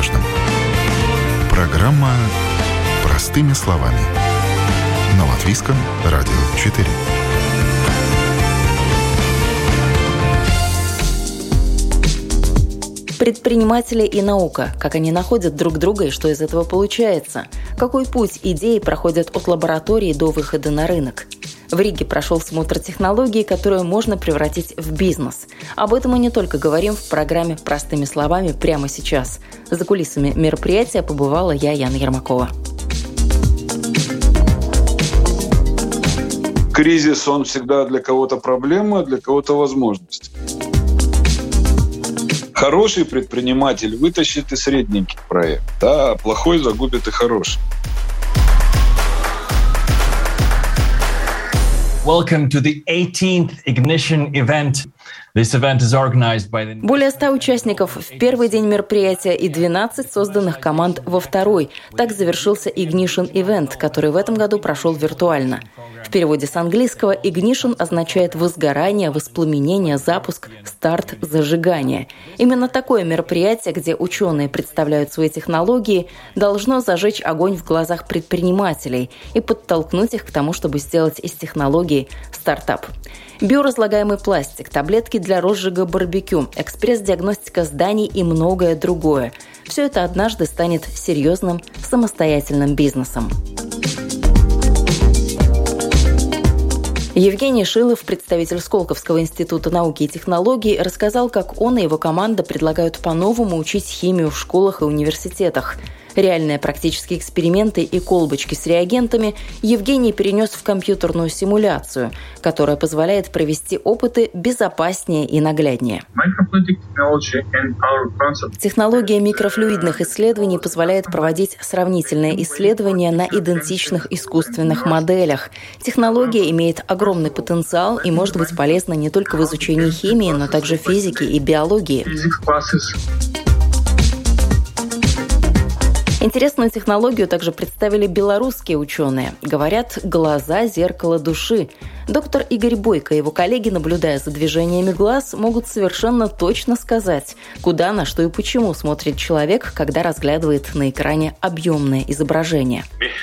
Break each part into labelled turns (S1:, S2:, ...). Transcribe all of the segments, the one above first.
S1: невозможным. Программа «Простыми словами» на Латвийском радио 4.
S2: Предприниматели и наука. Как они находят друг друга и что из этого получается? Какой путь идеи проходят от лаборатории до выхода на рынок? В Риге прошел смотр технологий, которую можно превратить в бизнес. Об этом мы не только говорим в программе «Простыми словами» прямо сейчас. За кулисами мероприятия побывала я, Яна Ермакова.
S3: Кризис, он всегда для кого-то проблема, а для кого-то возможность. Хороший предприниматель вытащит и средненький проект, а плохой загубит и хороший.
S4: Welcome to the 18th Ignition event. This event is organized by the...
S2: Более 100 участников в первый день мероприятия и 12 созданных команд во второй. Так завершился Ignition Event, который в этом году прошел виртуально. В переводе с английского Ignition означает возгорание, воспламенение, запуск, старт, зажигание. Именно такое мероприятие, где ученые представляют свои технологии, должно зажечь огонь в глазах предпринимателей и подтолкнуть их к тому, чтобы сделать из технологии стартап. Биоразлагаемый пластик, таблетки для розжига барбекю, экспресс-диагностика зданий и многое другое. Все это однажды станет серьезным самостоятельным бизнесом. Евгений Шилов, представитель Сколковского института науки и технологий, рассказал, как он и его команда предлагают по-новому учить химию в школах и университетах. Реальные практические эксперименты и колбочки с реагентами Евгений перенес в компьютерную симуляцию, которая позволяет провести опыты безопаснее и нагляднее. Технология микрофлюидных исследований позволяет проводить сравнительные исследования на идентичных искусственных моделях. Технология имеет огромный потенциал и может быть полезна не только в изучении химии, но также физики и биологии. Интересную технологию также представили белорусские ученые. Говорят, глаза – зеркало души. Доктор Игорь Бойко и его коллеги, наблюдая за движениями глаз, могут совершенно точно сказать, куда, на что и почему смотрит человек, когда разглядывает на экране объемное изображение.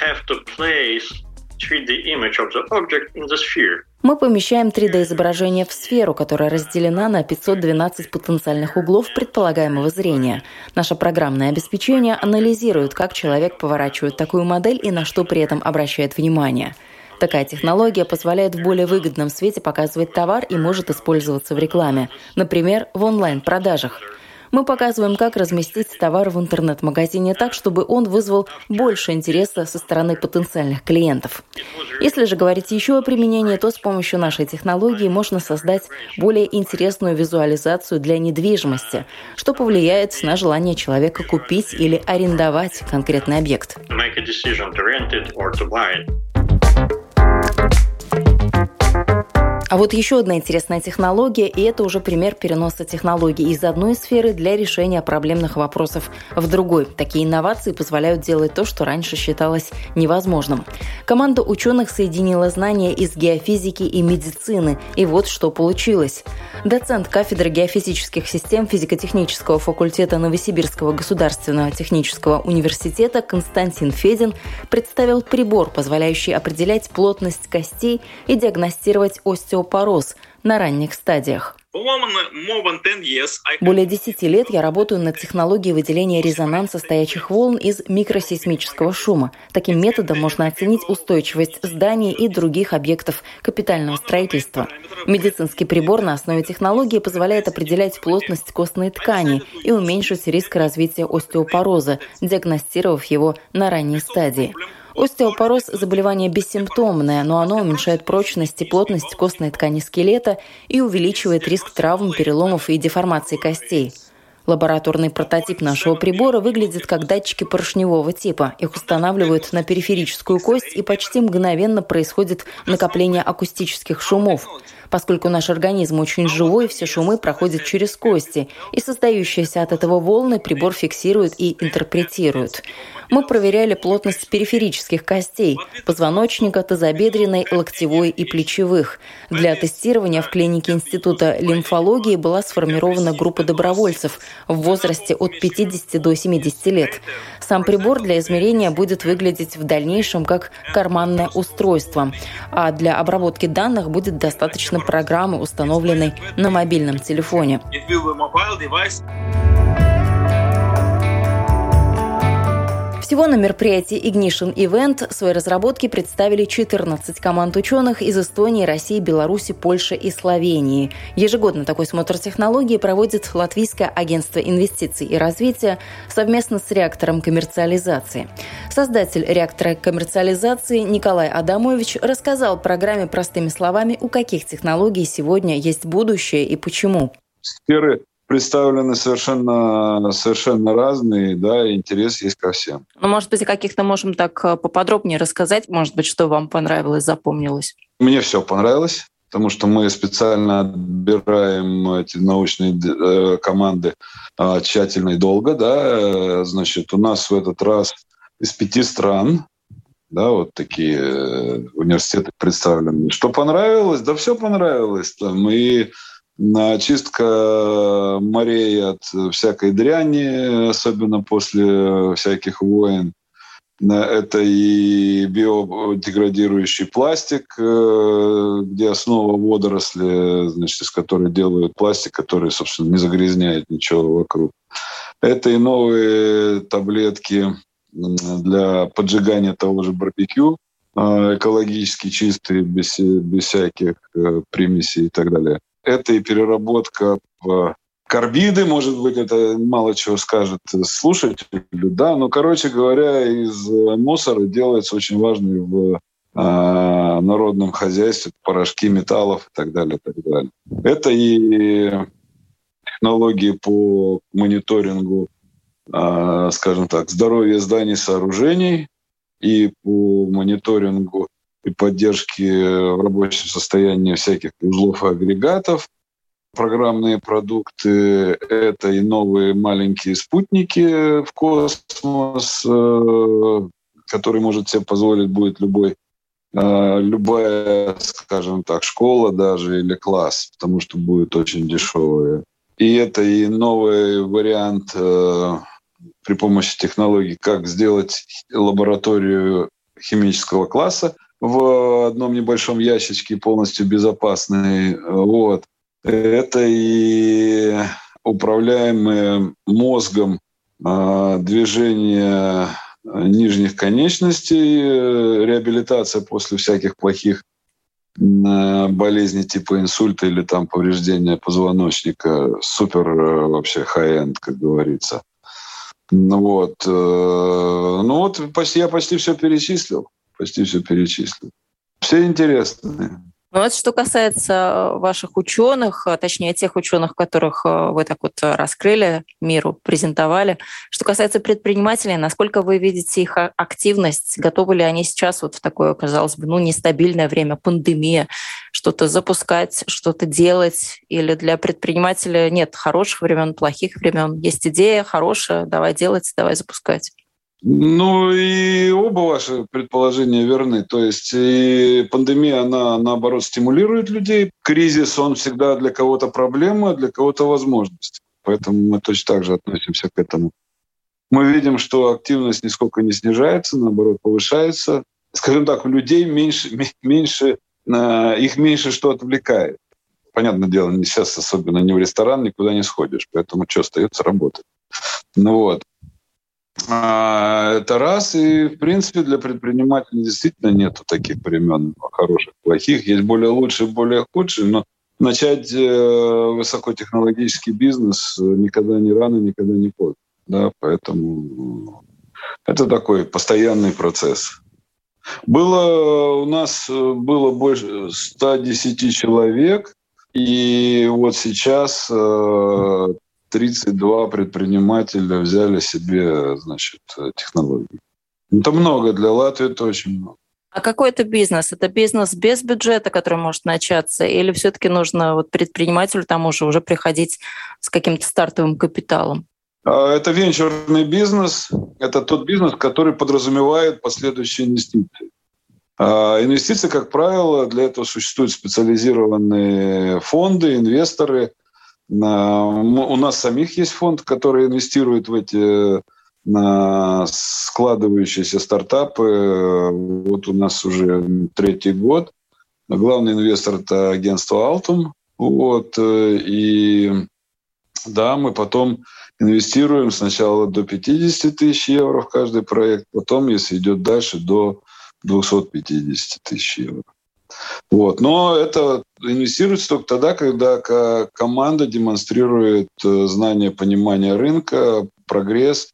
S2: Мы помещаем 3D-изображение в сферу, которая разделена на 512 потенциальных углов предполагаемого зрения. Наше программное обеспечение анализирует, как человек поворачивает такую модель и на что при этом обращает внимание. Такая технология позволяет в более выгодном свете показывать товар и может использоваться в рекламе, например, в онлайн-продажах. Мы показываем, как разместить товар в интернет-магазине так, чтобы он вызвал больше интереса со стороны потенциальных клиентов. Если же говорить еще о применении, то с помощью нашей технологии можно создать более интересную визуализацию для недвижимости, что повлияет на желание человека купить или арендовать конкретный объект. А вот еще одна интересная технология, и это уже пример переноса технологий из одной сферы для решения проблемных вопросов в другой. Такие инновации позволяют делать то, что раньше считалось невозможным. Команда ученых соединила знания из геофизики и медицины, и вот что получилось. Доцент кафедры геофизических систем физико-технического факультета Новосибирского государственного технического университета Константин Федин представил прибор, позволяющий определять плотность костей и диагностировать остеопороз на ранних стадиях. Более 10 лет я работаю над технологией выделения резонанса стоячих волн из микросейсмического шума. Таким методом можно оценить устойчивость зданий и других объектов капитального строительства. Медицинский прибор на основе технологии позволяет определять плотность костной ткани и уменьшить риск развития остеопороза, диагностировав его на ранней стадии. Остеопороз – заболевание бессимптомное, но оно уменьшает прочность и плотность костной ткани скелета и увеличивает риск травм, переломов и деформации костей. Лабораторный прототип нашего прибора выглядит как датчики поршневого типа. Их устанавливают на периферическую кость, и почти мгновенно происходит накопление акустических шумов. Поскольку наш организм очень живой, все шумы проходят через кости, и создающиеся от этого волны прибор фиксирует и интерпретирует. Мы проверяли плотность периферических костей – позвоночника, тазобедренной, локтевой и плечевых. Для тестирования в клинике Института лимфологии была сформирована группа добровольцев в возрасте от 50 до 70 лет. Сам прибор для измерения будет выглядеть в дальнейшем как карманное устройство, а для обработки данных будет достаточно программы, установленной на мобильном телефоне. Всего на мероприятии Ignition Event свои разработки представили 14 команд ученых из Эстонии, России, Беларуси, Польши и Словении. Ежегодно такой смотр технологий проводит Латвийское агентство инвестиций и развития совместно с реактором коммерциализации. Создатель реактора коммерциализации Николай Адамович рассказал в программе простыми словами, у каких технологий сегодня есть будущее и почему.
S3: Сферы представлены совершенно разные, да, и интерес есть ко всем.
S2: Ну, может быть, о каких-то можем так поподробнее рассказать, может быть, что вам понравилось, запомнилось?
S3: Мне все понравилось, потому что мы специально отбираем эти научные команды тщательно и долго, да. Значит, у нас в этот раз из 5 стран, да, вот такие университеты представлены. Что понравилось? Да все понравилось. Там и чистка морей от всякой дряни, особенно после всяких войн. Это и биодеградирующий пластик, где основа водоросли, значит, из которой делают пластик, который, собственно, не загрязняет ничего вокруг. Это и новые таблетки для поджигания того же барбекю, экологически чистые, без всяких примесей и так далее. Это и переработка в карбиды, может быть, это мало чего скажет слушателю, да, но, короче говоря, из мусора делается очень важный в народном хозяйстве порошки металлов и так далее, и так далее. Это и технологии по мониторингу, скажем так, здоровья зданий и сооружений, и по мониторингу и поддержки в рабочем состоянии всяких узлов и агрегатов. Программные продукты — это и новые маленькие спутники в космос, который может себе позволить будет любая, скажем так, школа даже или класс, потому что будет очень дешевые. И это и новый вариант при помощи технологий, как сделать лабораторию химического класса в одном небольшом ящичке, полностью безопасный. Вот. Это и управляемые мозгом движения нижних конечностей, реабилитация после всяких плохих болезней типа инсульта или там повреждения позвоночника. Супер вообще хай-энд, как говорится. Ну вот я почти все перечислил. Все интересные.
S2: Ну, это что касается ваших ученых, точнее тех ученых, которых вы так вот раскрыли миру, презентовали. Что касается предпринимателей, насколько вы видите их активность? Готовы ли они сейчас вот в такое, казалось бы, нестабильное время, пандемия, что-то запускать, что-то делать? Или для предпринимателя нет хороших времен, плохих времен? Есть идея хорошая, давай делать, давай запускать.
S3: Ну и оба ваши предположения верны. То есть и пандемия, она наоборот стимулирует людей. Кризис, он всегда для кого-то проблема, для кого-то возможность. Поэтому мы точно так же относимся к этому. Мы видим, что активность нисколько не снижается, наоборот, повышается. Скажем так, у людей их меньше что отвлекает. Понятное дело, сейчас особенно не в ресторан, никуда не сходишь. Поэтому что, остается работать. Ну вот. Это раз. И, в принципе, для предпринимателей действительно нету таких времен хороших, плохих. Есть более лучшие, более худшие. Но начать высокотехнологический бизнес никогда не рано, никогда не поздно. Да? Поэтому это такой постоянный процесс. У нас было больше 110 человек. И вот сейчас 32 предпринимателя взяли себе, значит, технологии. Это много для Латвии, это очень много.
S2: А какой это бизнес? Это бизнес без бюджета, который может начаться, или все-таки нужно предпринимателю тому же уже приходить с каким-то стартовым капиталом?
S3: Это венчурный бизнес. Это тот бизнес, который подразумевает последующие инвестиции. Инвестиции, как правило, для этого существуют специализированные фонды, инвесторы. У нас самих есть фонд, который инвестирует в эти складывающиеся стартапы. Вот у нас уже 3-й год. Главный инвестор – это агентство Altum. И да, мы потом инвестируем сначала до 50 тысяч евро в каждый проект, потом, если идет дальше, до 250 тысяч евро. Но это инвестируется только тогда, когда команда демонстрирует знание, понимание рынка, прогресс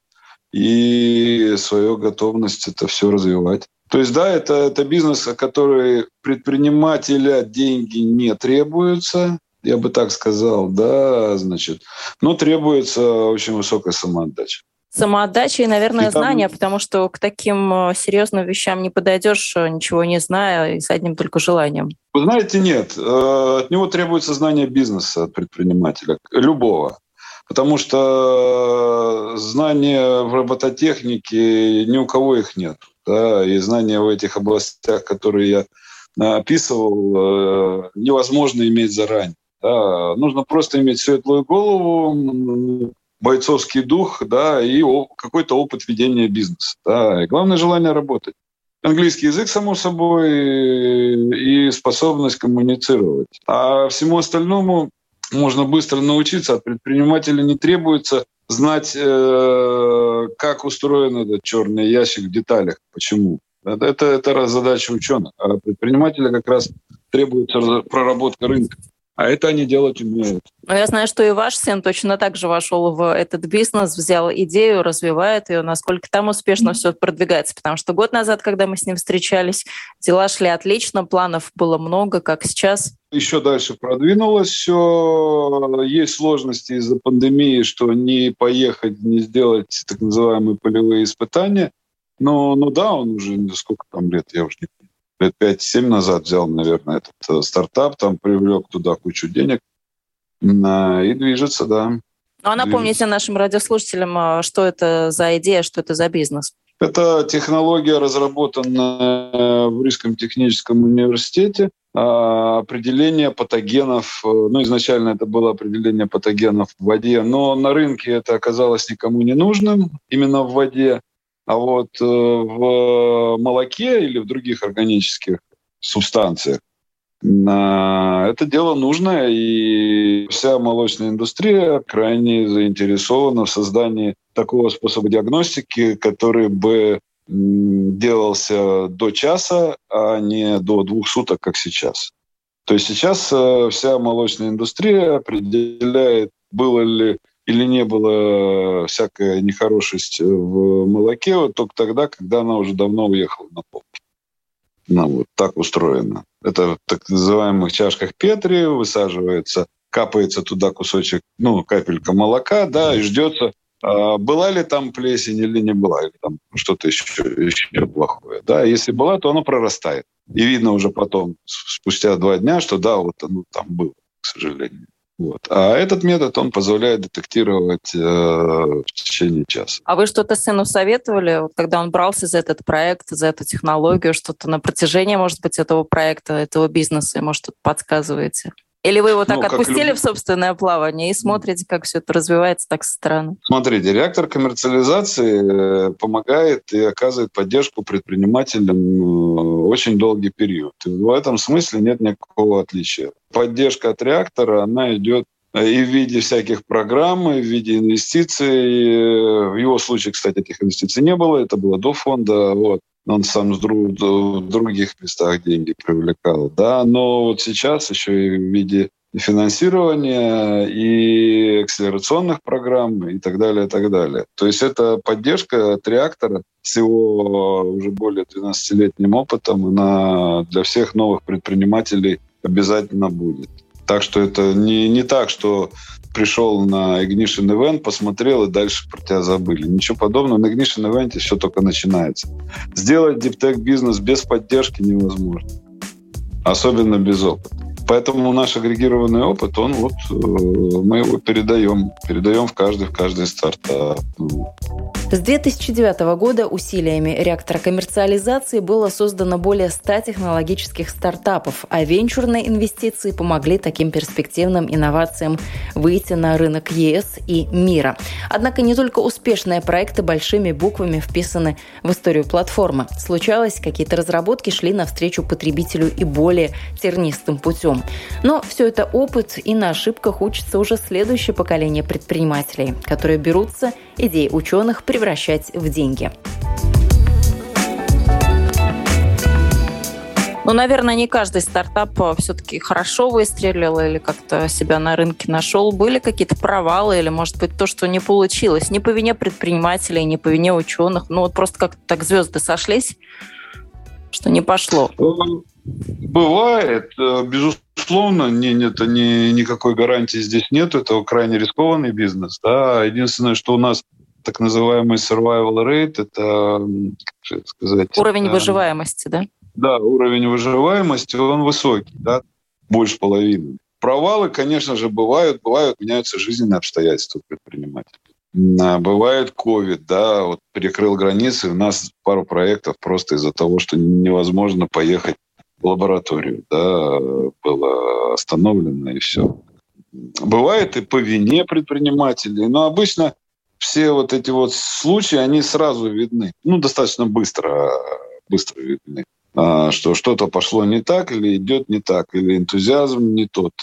S3: и свою готовность это все развивать. То есть, да, это бизнес, о который предпринимателя деньги не требуются, я бы так сказал, да, но требуется очень высокая самоотдача.
S2: Самоотдача и, наверное, знания, потому что к таким серьезным вещам не подойдешь, ничего не зная и с одним только желанием.
S3: Вы знаете, нет. От него требуется знание бизнеса, от предпринимателя, любого. Потому что знания в робототехнике, ни у кого их нет. Да, и знания в этих областях, которые я описывал, невозможно иметь заранее. Да. Нужно просто иметь светлую голову, бойцовский дух, да, и какой-то опыт ведения бизнеса. Да, и главное — желание работать. Английский язык, само собой, и способность коммуницировать. А всему остальному можно быстро научиться. От предпринимателя не требуется знать, как устроен этот черный ящик в деталях. Почему? Это задача ученых. А предпринимателя как раз требуется проработка рынка. А это они делать умеют.
S2: Но я знаю, что и ваш сын точно так же вошел в этот бизнес, взял идею, развивает ее, насколько там успешно все продвигается. Потому что год назад, когда мы с ним встречались, дела шли отлично, планов было много, как сейчас.
S3: Еще дальше продвинулось все. Есть сложности из-за пандемии, что не поехать, не сделать так называемые полевые испытания. Но да, он уже сколько там лет, я уже не помню. Лет 5-7 назад взял, наверное, этот стартап, там привлек туда кучу денег и движется, да.
S2: Ну а напомните нашим радиослушателям, что это за идея, что это за бизнес?
S3: Это технология, разработанная в Рижском техническом университете. Определение патогенов, изначально это было определение патогенов в воде, но на рынке это оказалось никому не нужным, именно в воде. А вот в молоке или в других органических субстанциях это дело нужное, и вся молочная индустрия крайне заинтересована в создании такого способа диагностики, который бы делался до часа, а не до 2 суток, как сейчас. То есть сейчас вся молочная индустрия определяет, было ли или не было всякая нехорошесть в молоке, только тогда, когда она уже давно уехала на полке. Так устроено. Это в так называемых чашках Петри высаживается, капается туда кусочек, капелька молока, да, и ждется, была ли там плесень или не была, или там что-то еще плохое. Да, если была, то оно прорастает. И видно уже потом, спустя 2 дня, что да, оно там было, к сожалению. А этот метод, он позволяет детектировать в течение часа.
S2: А вы что-то сыну советовали, когда он брался за этот проект, за эту технологию, что-то на протяжении, может быть, этого проекта, этого бизнеса, может, что-то подсказываете? Или вы его так отпустили в собственное плавание и смотрите, как все это развивается так со стороны?
S3: Смотрите, реактор коммерциализации помогает и оказывает поддержку предпринимателям очень долгий период. И в этом смысле нет никакого отличия. Поддержка от реактора, она идет и в виде всяких программ, и в виде инвестиций. В его случае, кстати, этих инвестиций не было, это было до фонда. Он сам в других местах деньги привлекал. Да? Но сейчас еще и в виде финансирования, и акселерационных программ, и так далее, и так далее. То есть это поддержка от реактора с его уже более 12-летним опытом, она для всех новых предпринимателей обязательно будет. Так что это не так, что пришел на Ignition Event, посмотрел, и дальше про тебя забыли. Ничего подобного. На Ignition Event все только начинается. Сделать диптек-бизнес без поддержки невозможно. Особенно без опыта. Поэтому наш агрегированный опыт, мы его передаем в каждый стартап.
S2: С 2009 года усилиями реактора коммерциализации было создано более 100 технологических стартапов, а венчурные инвестиции помогли таким перспективным инновациям выйти на рынок ЕС и мира. Однако не только успешные проекты большими буквами вписаны в историю платформы. Случалось, какие-то разработки шли навстречу потребителю и более тернистым путем. Но все это опыт, и на ошибках учится уже следующее поколение предпринимателей, которые берутся идеи ученых превращать в деньги. Наверное, не каждый стартап все-таки хорошо выстрелил или как-то себя на рынке нашел. Были какие-то провалы или, может быть, то, что не получилось. Не по вине предпринимателей, не по вине ученых. Просто как-то так звезды сошлись, что не пошло.
S3: Бывает, безусловно, никакой гарантии здесь нет. Это крайне рискованный бизнес. Да? Единственное, что у нас так называемый survival rate, это, как сказать...
S2: Уровень выживаемости, да?
S3: Да, уровень выживаемости, он высокий, да, больше половины. Провалы, конечно же, бывают, меняются жизненные обстоятельства предпринимателей. Бывает ковид, да, перекрыл границы, у нас пару проектов просто из-за того, что невозможно поехать в лабораторию, да, было остановлено и все. Бывает и по вине предпринимателей, но обычно все эти случаи, они сразу видны, достаточно быстро видны, что что-то пошло не так, или идет не так, или энтузиазм не тот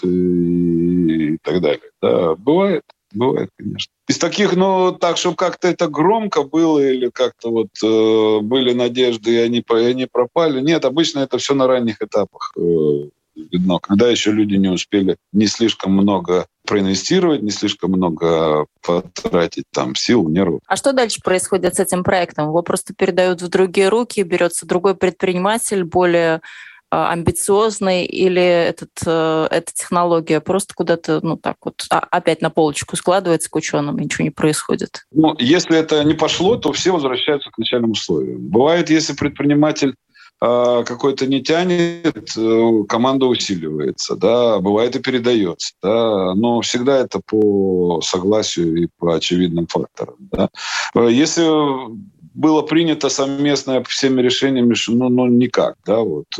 S3: и так далее. Да, бывает, конечно. Из таких, так, чтобы как-то это громко было, или как-то были надежды, и они пропали. Нет, обычно это все на ранних этапах видно, когда еще люди не успели не слишком много проинвестировать, не слишком много потратить сил, нервов.
S2: А что дальше происходит с этим проектом? Его просто передают в другие руки, берется другой предприниматель, более амбициозный, или эта технология просто куда-то, опять на полочку складывается к ученым, и ничего не происходит?
S3: Если это не пошло, то все возвращаются к начальным условиям. Бывает, если предприниматель какой-то не тянет, команда усиливается, да, бывает и передается, да, но всегда это по согласию и по очевидным факторам, да. Если было принято совместно всеми решениями, никак, да,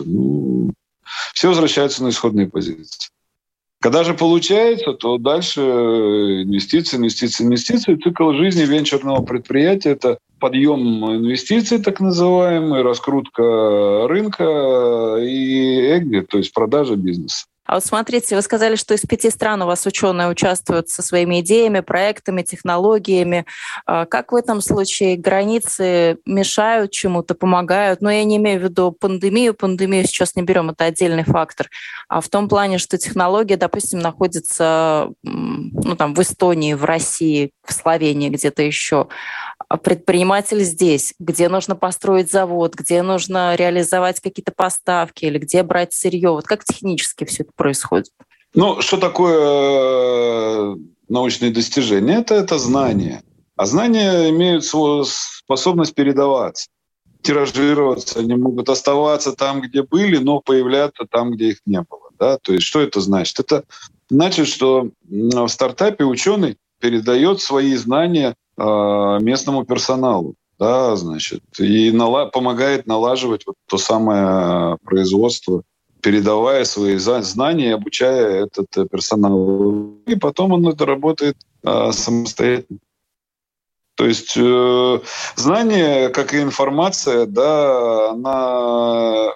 S3: все возвращаются на исходные позиции. Когда же получается, то дальше инвестиции. Цикл жизни венчурного предприятия – это подъем инвестиций, так называемый, раскрутка рынка и экзит, то есть продажа бизнеса.
S2: А смотрите, вы сказали, что из 5 стран у вас ученые участвуют со своими идеями, проектами, технологиями. Как в этом случае границы мешают чему-то, помогают? Я не имею в виду пандемию. Пандемию сейчас не берем, это отдельный фактор. А в том плане, что технология, допустим, находится в Эстонии, в России, в Словении, где-то еще. А предприниматель здесь, где нужно построить завод, где нужно реализовать какие-то поставки или где брать сырье. Как технически все это происходит?
S3: Что такое научные достижения? Это знания. А знания имеют свою способность передаваться, тиражироваться. Они могут оставаться там, где были, но появляться там, где их не было. Да? То есть что это значит? Это значит, что в стартапе ученый передает свои знания местному персоналу, да, и помогает налаживать то самое производство, передавая свои знания, обучая этот персонал. И потом он это работает самостоятельно. То есть знание, как и информация, да, она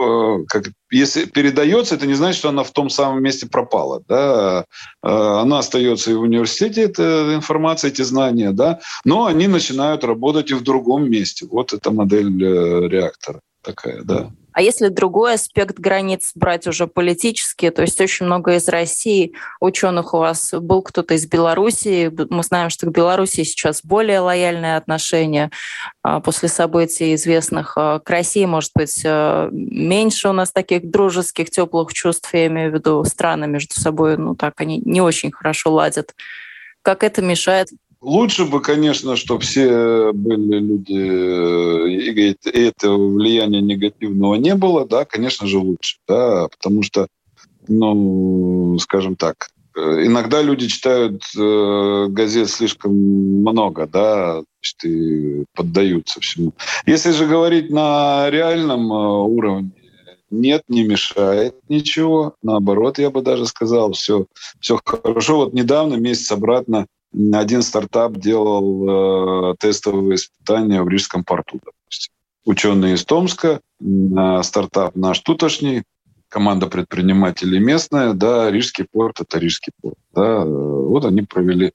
S3: если передается, это не значит, что она в том самом месте пропала. Да? Она остается и в университете, эта информация, эти знания, да? Но они начинают работать и в другом месте. Вот эта модель реактора такая, да.
S2: А если другой аспект границ брать уже политически, то есть очень много из России ученых у вас, был кто-то из Белоруссии, мы знаем, что к Белоруссии сейчас более лояльное отношение после событий известных. К России, может быть, меньше у нас таких дружеских, теплых чувств, я имею в виду страны между собой, так они не очень хорошо ладят. Как это мешает?
S3: Лучше бы, конечно, чтобы все были люди, и этого влияния негативного не было, да, конечно же, лучше, да, потому что, скажем так, иногда люди читают газет слишком много, да, и поддаются всему. Если же говорить на реальном уровне, нет, не мешает ничего, наоборот, я бы даже сказал, все хорошо. Вот недавно, месяц обратно, один стартап делал тестовые испытания в Рижском порту, допустим. Ученые из Томска, стартап наш тутошний, команда предпринимателей местная, да, Рижский порт — это Рижский порт. Да. Вот они провели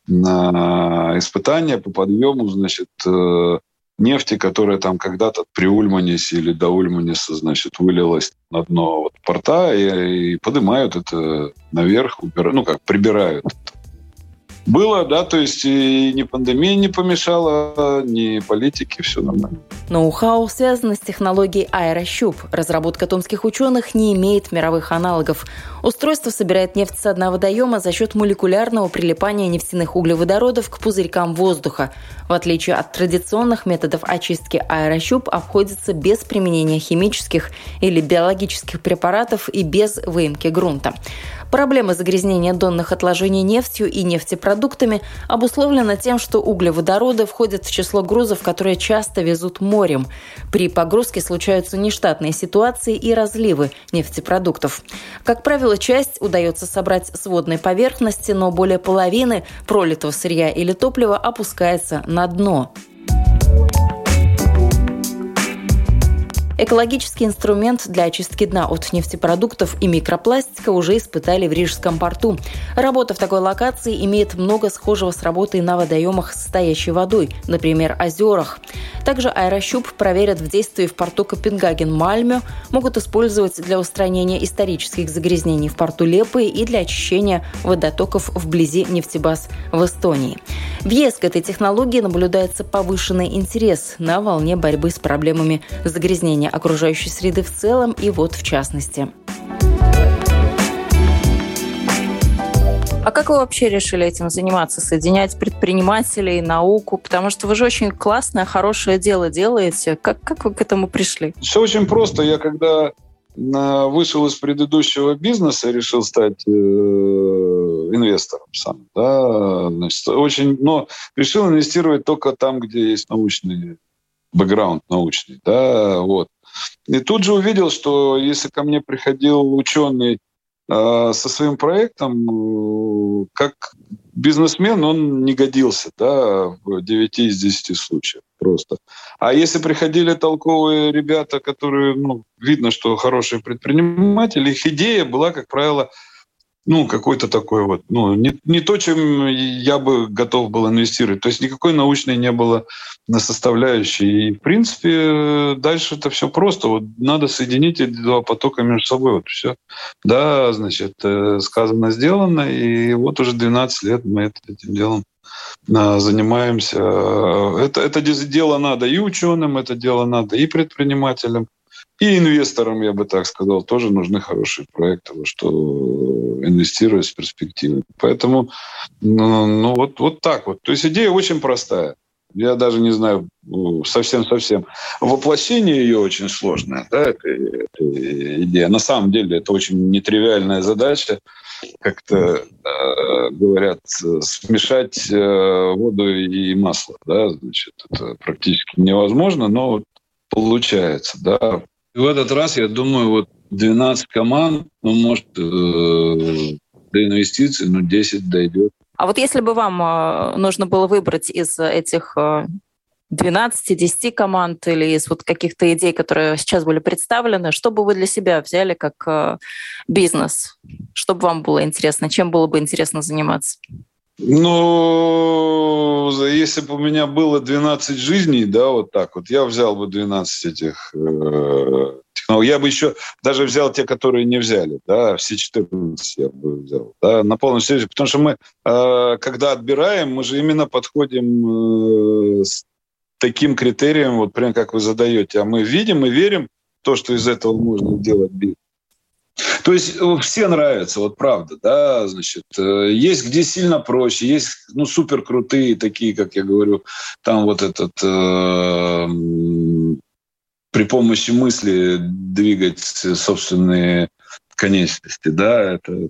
S3: испытания по подъему, нефти, которая там когда-то при Ульманисе или до Ульманиса, вылилась на дно порта и поднимают это наверх, прибирают это. Было, да, то есть и ни пандемия не помешала, ни политики, все нормально.
S2: Ноу-хау связано с технологией аэрощуп. Разработка томских ученых не имеет мировых аналогов. Устройство собирает нефть с дна водоема за счет молекулярного прилипания нефтяных углеводородов к пузырькам воздуха. В отличие от традиционных методов очистки, аэрощуп обходится без применения химических или биологических препаратов и без выемки грунта. Проблема загрязнения донных отложений нефтью и нефтепродуктами обусловлена тем, что углеводороды входят в число грузов, которые часто везут морем. При погрузке случаются нештатные ситуации и разливы нефтепродуктов. Как правило, часть удается собрать с водной поверхности, но более половины пролитого сырья или топлива опускается на дно. Экологический инструмент для очистки дна от нефтепродуктов и микропластика уже испытали в Рижском порту. Работа в такой локации имеет много схожего с работой на водоемах с стоящей водой, например, озерах. Также аэрощуп проверят в действии в порту Копенгаген-Мальмё, могут использовать для устранения исторических загрязнений в порту Лепы и для очищения водотоков вблизи нефтебаз в Эстонии. В ЕС к этой технологии наблюдается повышенный интерес на волне борьбы с проблемами загрязнения окружающей среды в целом и в частности. А как вы вообще решили этим заниматься? Соединять предпринимателей, науку? Потому что вы же очень классное, хорошее дело делаете. Как вы к этому пришли?
S3: Все очень просто. Я когда вышел из предыдущего бизнеса, решил стать инвестором сам. Да, но решил инвестировать только там, где есть научный бэкграунд научный. Да, вот. И тут же увидел, что если ко мне приходил ученый со своим проектом, как бизнесмен он не годился, да, в 9 из 10 случаев просто. А если приходили толковые ребята, которые, видно, что хорошие предприниматели, их идея была, как правило, какой-то такой не то, чем я бы готов был инвестировать. То есть никакой научной не было на составляющей. И, в принципе, дальше это все просто. Надо соединить эти два потока между собой. Все. Да, сказано, сделано. И уже 12 лет мы этим делом занимаемся. Это дело надо и ученым, это дело надо и предпринимателям, и инвесторам, я бы так сказал, тоже нужны хорошие проекты, во что инвестировать с перспективой. Поэтому, вот так вот. То есть идея очень простая. Я даже не знаю, совсем-совсем. Воплощение ее очень сложное, да, эта идея. На самом деле это очень нетривиальная задача. Как-то, говорят, смешать воду и масло. Да, это практически невозможно, но получается, да. И в этот раз, я думаю, 12 команд, может, до инвестиций, 10 дойдет.
S2: А вот если бы вам нужно было выбрать из этих 12-10 команд или из каких-то идей, которые сейчас были представлены, что бы вы для себя взяли как бизнес? Что бы вам было интересно? Чем было бы интересно заниматься?
S3: Ну, если бы у меня было 12 жизней, да, вот так вот, я взял бы 12 этих технологий. Я бы еще даже взял те, которые не взяли, да, все 14 я бы взял, да, на полном серьезе. Потому что мы, когда отбираем, мы же именно подходим с таким критерием, вот прям как вы задаете. А мы видим и верим в то, что из этого можно делать бизнес. То есть все нравятся, вот правда, да, значит, есть где сильно проще, есть, ну, супер крутые, такие, как я говорю, там вот этот при помощи мысли двигать собственные конечности, да, это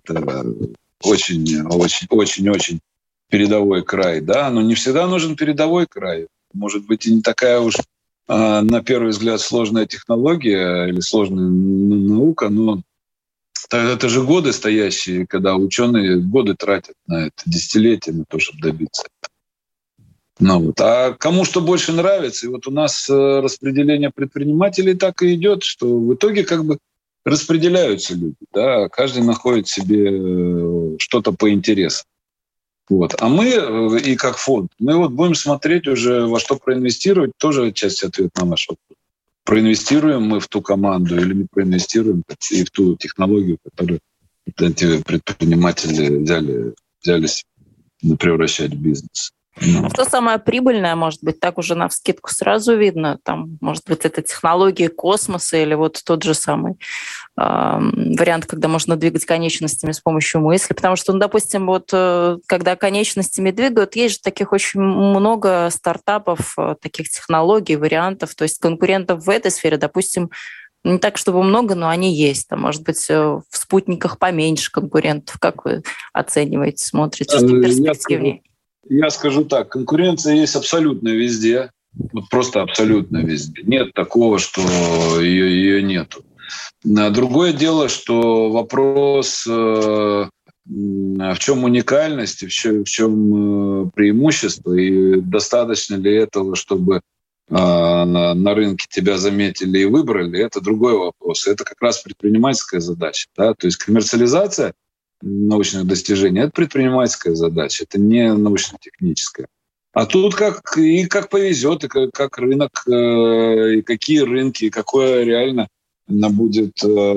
S3: очень передовой край, да, но не всегда нужен передовой край, может быть, и не такая уж на первый взгляд сложная технология или сложная наука, но это же годы стоящие, когда ученые годы тратят на это, десятилетия на то, чтобы добиться этого. Ну, вот. А кому что больше нравится, и вот у нас распределение предпринимателей так и идет, что в итоге как бы распределяются люди, да, каждый находит себе что-то по интересам. Вот. А мы, и как фонд, мы вот будем смотреть уже, во что проинвестировать, тоже часть ответа на наш вопрос. Проинвестируем мы в ту команду или не проинвестируем и в ту технологию, которую эти предприниматели взялись превращать в бизнес.
S2: Что самое прибыльное, может быть, так уже навскидку сразу видно? Там, может быть, это технологии космоса или вот тот же самый вариант, когда можно двигать конечностями с помощью мысли. Потому что, ну, допустим, вот когда конечностями двигают, есть же таких очень много стартапов, таких технологий, вариантов. То есть конкурентов в этой сфере, допустим, не так, чтобы много, но они есть. Там, может быть, в спутниках поменьше конкурентов. Как вы оцениваете, смотрите, что перспективнее?
S3: Я скажу так, конкуренция есть абсолютно везде, вот просто абсолютно везде. Нет такого, что ее нету. Другое дело, что вопрос, в чем уникальность, в чем преимущество, и достаточно ли этого, чтобы на рынке тебя заметили и выбрали, это другой вопрос. Это как раз предпринимательская задача. Да? То есть коммерциализация научных достижений — это предпринимательская задача, это не научно-техническая. А тут как повезет, и как рынок, и какие рынки, и какое реально будет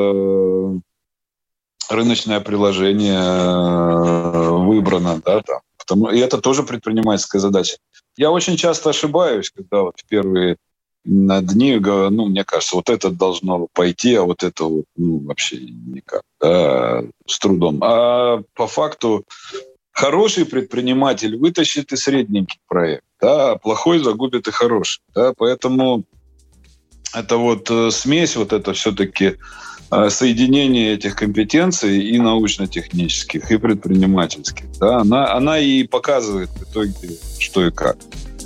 S3: рыночное приложение выбрано. Да, там. И это тоже предпринимательская задача. Я очень часто ошибаюсь, когда вот в первые дни, ну, мне кажется, вот это должно пойти, а вот это вот, ну, вообще никак, да, с трудом. А по факту хороший предприниматель вытащит и средненький проект, да, а плохой загубит и хороший. Да, поэтому это вот смесь, вот это все-таки соединение этих компетенций и научно-технических, и предпринимательских. Да, она и показывает в итоге, что и как.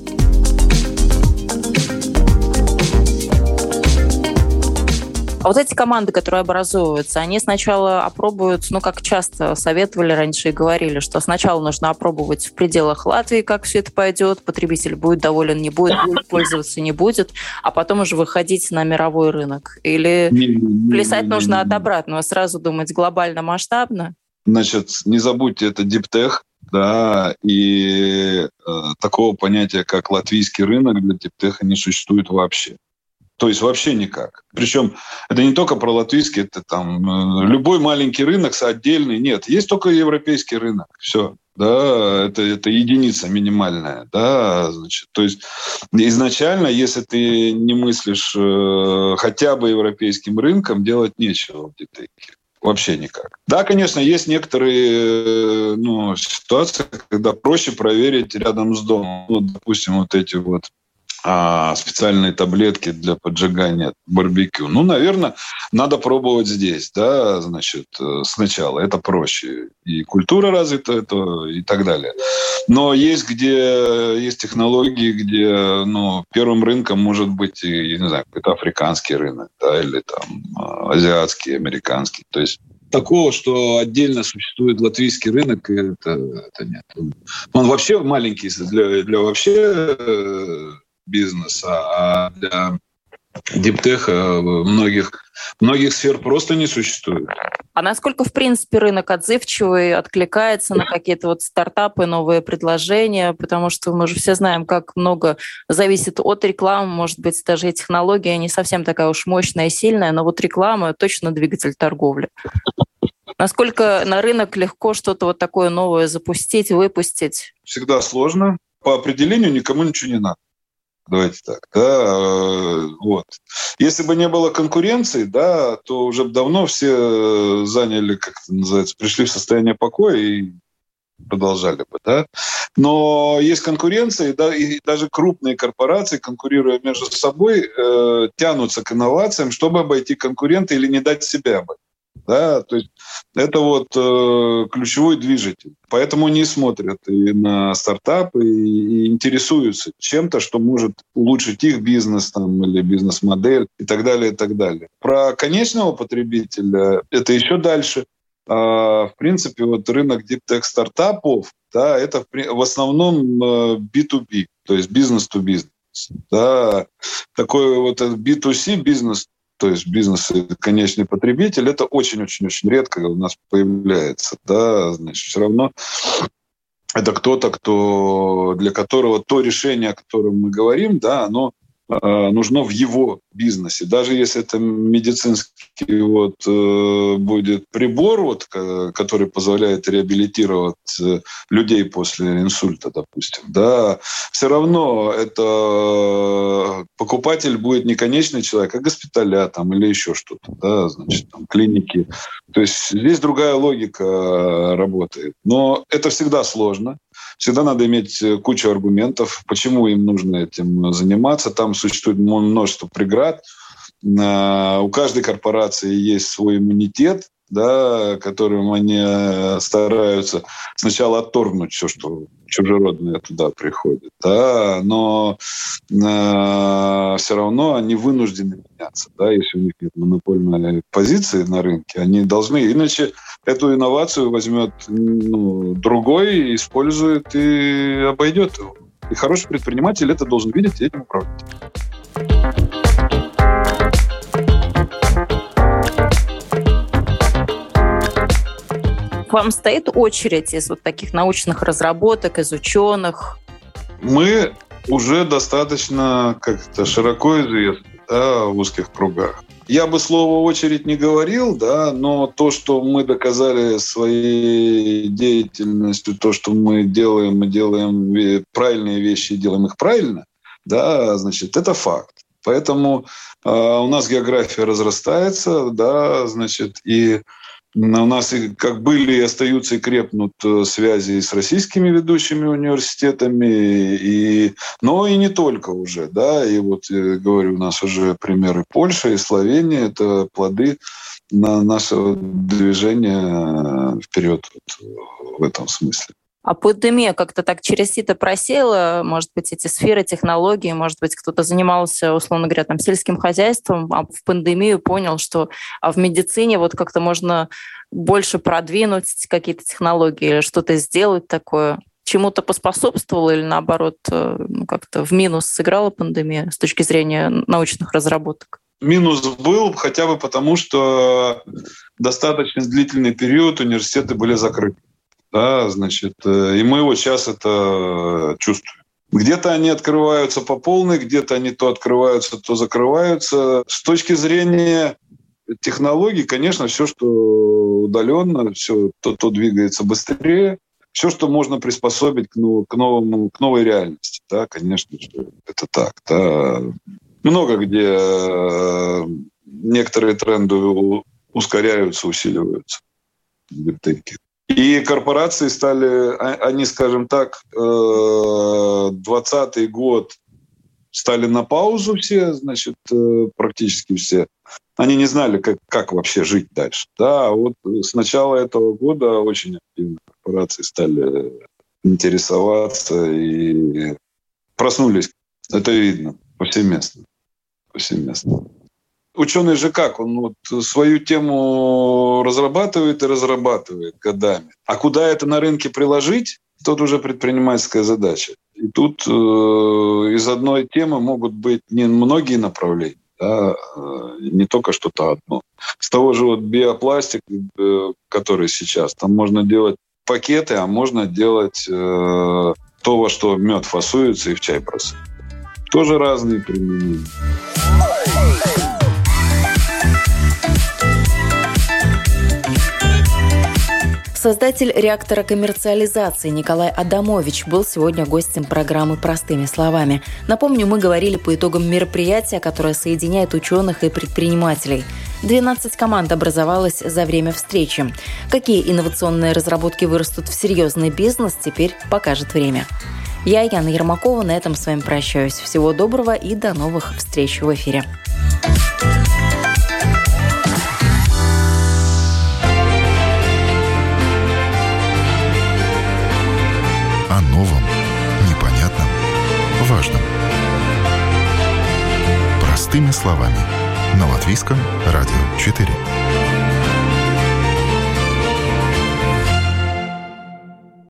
S2: А вот эти команды, которые образовываются, они сначала опробуют, ну, как часто советовали раньше и говорили, что сначала нужно опробовать в пределах Латвии, как все это пойдет, потребитель будет доволен, не будет пользоваться, не будет, а потом уже выходить на мировой рынок. Или плясать нужно от обратного, сразу думать глобально, масштабно?
S3: Значит, не забудьте, это диптех, да, и такого понятия, как латвийский рынок для диптеха не существует вообще. То есть вообще никак. Причем это не только про латвийский, это там любой маленький рынок отдельный. Нет, есть только европейский рынок. Все. Да, это единица минимальная. Да, значит, то есть изначально, если ты не мыслишь хотя бы европейским рынком, делать нечего в диптехе. Вообще никак. Да, конечно, есть некоторые ситуации, когда проще проверить рядом с домом. Вот, допустим, вот эти вот специальные таблетки для поджигания барбекю. Ну, наверное, надо пробовать здесь, да, значит, сначала. Это проще. И культура развита, это и так далее. Но есть технологии, где, первым рынком может быть, я не знаю, какой-то африканский рынок, да, или там азиатский, американский. То есть такого, что отдельно существует латвийский рынок, это нет. Он вообще маленький для вообще бизнеса, а для диптеха многих сфер просто не существует.
S2: А насколько, в принципе, рынок отзывчивый, откликается на какие-то вот стартапы, новые предложения? Потому что мы же все знаем, как много зависит от рекламы. Может быть, даже и технология не совсем такая уж мощная и сильная, но вот реклама точно двигатель торговли. Насколько на рынок легко что-то вот такое новое запустить, выпустить?
S3: Всегда сложно. По определению никому ничего не надо. Давайте так, да, вот. Если бы не было конкуренции, да, то уже давно все заняли, как это называется, пришли в состояние покоя и продолжали бы, да. Но есть конкуренция, да, и даже крупные корпорации, конкурируя между собой, тянутся к инновациям, чтобы обойти конкурента или не дать себя обойти. Да, то есть это вот ключевой движитель. Поэтому они смотрят и на стартапы, и интересуются чем-то, что может улучшить их бизнес там, или бизнес-модель и так далее, и так далее. Про конечного потребителя это еще дальше. В принципе, вот рынок диптех-стартапов, да, это в основном B2B, то есть бизнес-to-бизнес. Да. Такой вот B2C бизнес, то есть бизнес и конечный потребитель, это очень-очень-очень редко у нас появляется. Да? Значит, все равно это кто-то, для которого то решение, о котором мы говорим, да, оно нужно в его бизнесе. Даже если это медицинский будет прибор, который позволяет реабилитировать людей после инсульта, допустим, да, все равно это покупатель будет не конечный человек, а госпиталя там, или еще что-то, да, значит, там, клиники. То есть здесь другая логика работает. Но это всегда сложно. Всегда надо иметь кучу аргументов, почему им нужно этим заниматься. Там существует множество преград. У каждой корпорации есть свой иммунитет, да, которым они стараются сначала отторгнуть все, что чужеродное туда приходит. Да, но все равно они вынуждены меняться. Да, если у них нет монопольной позиции на рынке, они должны. Иначе эту инновацию возьмет другой, использует и обойдет его. И хороший предприниматель это должен видеть и этим управлять.
S2: К вам стоит очередь из вот таких научных разработок, из ученых?
S3: Мы уже достаточно как-то широко известны, да, в узких кругах. Я бы слово «очередь» не говорил, да, но то, что мы доказали своей деятельностью, то, что мы делаем правильные вещи и делаем их правильно, да, значит, это факт. Поэтому у нас география разрастается, да, значит, и у нас как были и остаются и крепнут связи с российскими ведущими университетами, но и не только уже. Да? И вот, я говорю, у нас уже примеры Польши и Словении – это плоды нашего движения вперед в этом смысле.
S2: А пандемия как-то так через сито просела, может быть, эти сферы, технологии, может быть, кто-то занимался, условно говоря, там, сельским хозяйством, а в пандемию понял, что в медицине вот как-то можно больше продвинуть какие-то технологии или что-то сделать такое. Чему-то поспособствовало или, наоборот, как-то в минус сыграла пандемия с точки зрения научных разработок?
S3: Минус был хотя бы потому, что достаточно длительный период университеты были закрыты. Да, значит, и мы вот сейчас это чувствуем. Где-то они открываются по полной, где-то они то открываются, то закрываются. С точки зрения технологий, конечно, все, что удаленно, все то двигается быстрее. Все, что можно приспособить к новой реальности, да, конечно, это так. Да. Много где некоторые тренды ускоряются, усиливаются. И корпорации стали, они, скажем так, 2020 год стали на паузу все, значит, практически все. Они не знали, как вообще жить дальше. Да, вот с начала этого года очень активно корпорации стали интересоваться и проснулись. Это видно повсеместно. Ученый же как? Он свою тему разрабатывает и разрабатывает годами. А куда это на рынке приложить, тут уже предпринимательская задача. И тут из одной темы могут быть не многие направления. да, не только что-то одно. С того же вот биопластик, который сейчас, там можно делать пакеты, а можно делать то, во что мед фасуется и в чай бросают. Тоже разные применения.
S2: Создатель реактора коммерциализации Николай Адамович был сегодня гостем программы «Простыми словами». Напомню, мы говорили по итогам мероприятия, которое соединяет ученых и предпринимателей. 12 команд образовалось за время встречи. Какие инновационные разработки вырастут в серьезный бизнес, теперь покажет время. Я, Яна Ермакова, на этом с вами прощаюсь. Всего доброго и до новых встреч в эфире.
S1: О новом, непонятном, важном. Простыми словами. На Латвийском радио 4.